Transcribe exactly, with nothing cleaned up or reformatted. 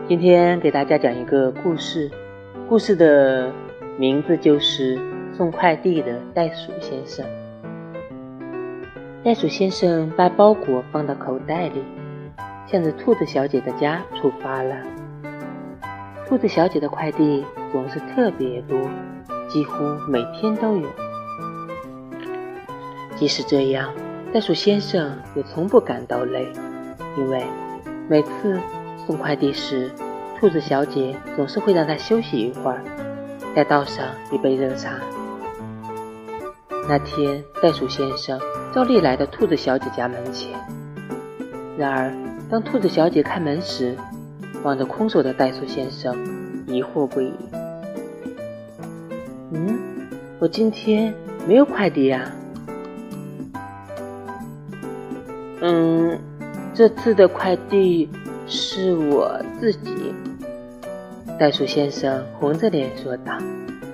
今天给大家讲一个故事，故事的名字就是送快递的袋鼠先生。袋鼠先生把包裹放到口袋里，向着兔子小姐的家出发了。兔子小姐的快递总是特别多，几乎每天都有。即使这样，袋鼠先生也从不感到累，因为每次送快递时，兔子小姐总是会让他休息一会儿，再倒上一杯热茶。那天，袋鼠先生照例来到兔子小姐家门前。然而，当兔子小姐开门时，望着空手的袋鼠先生，疑惑不已。嗯，我今天没有快递啊。嗯，这次的快递是我自己。袋鼠先生红着脸说道。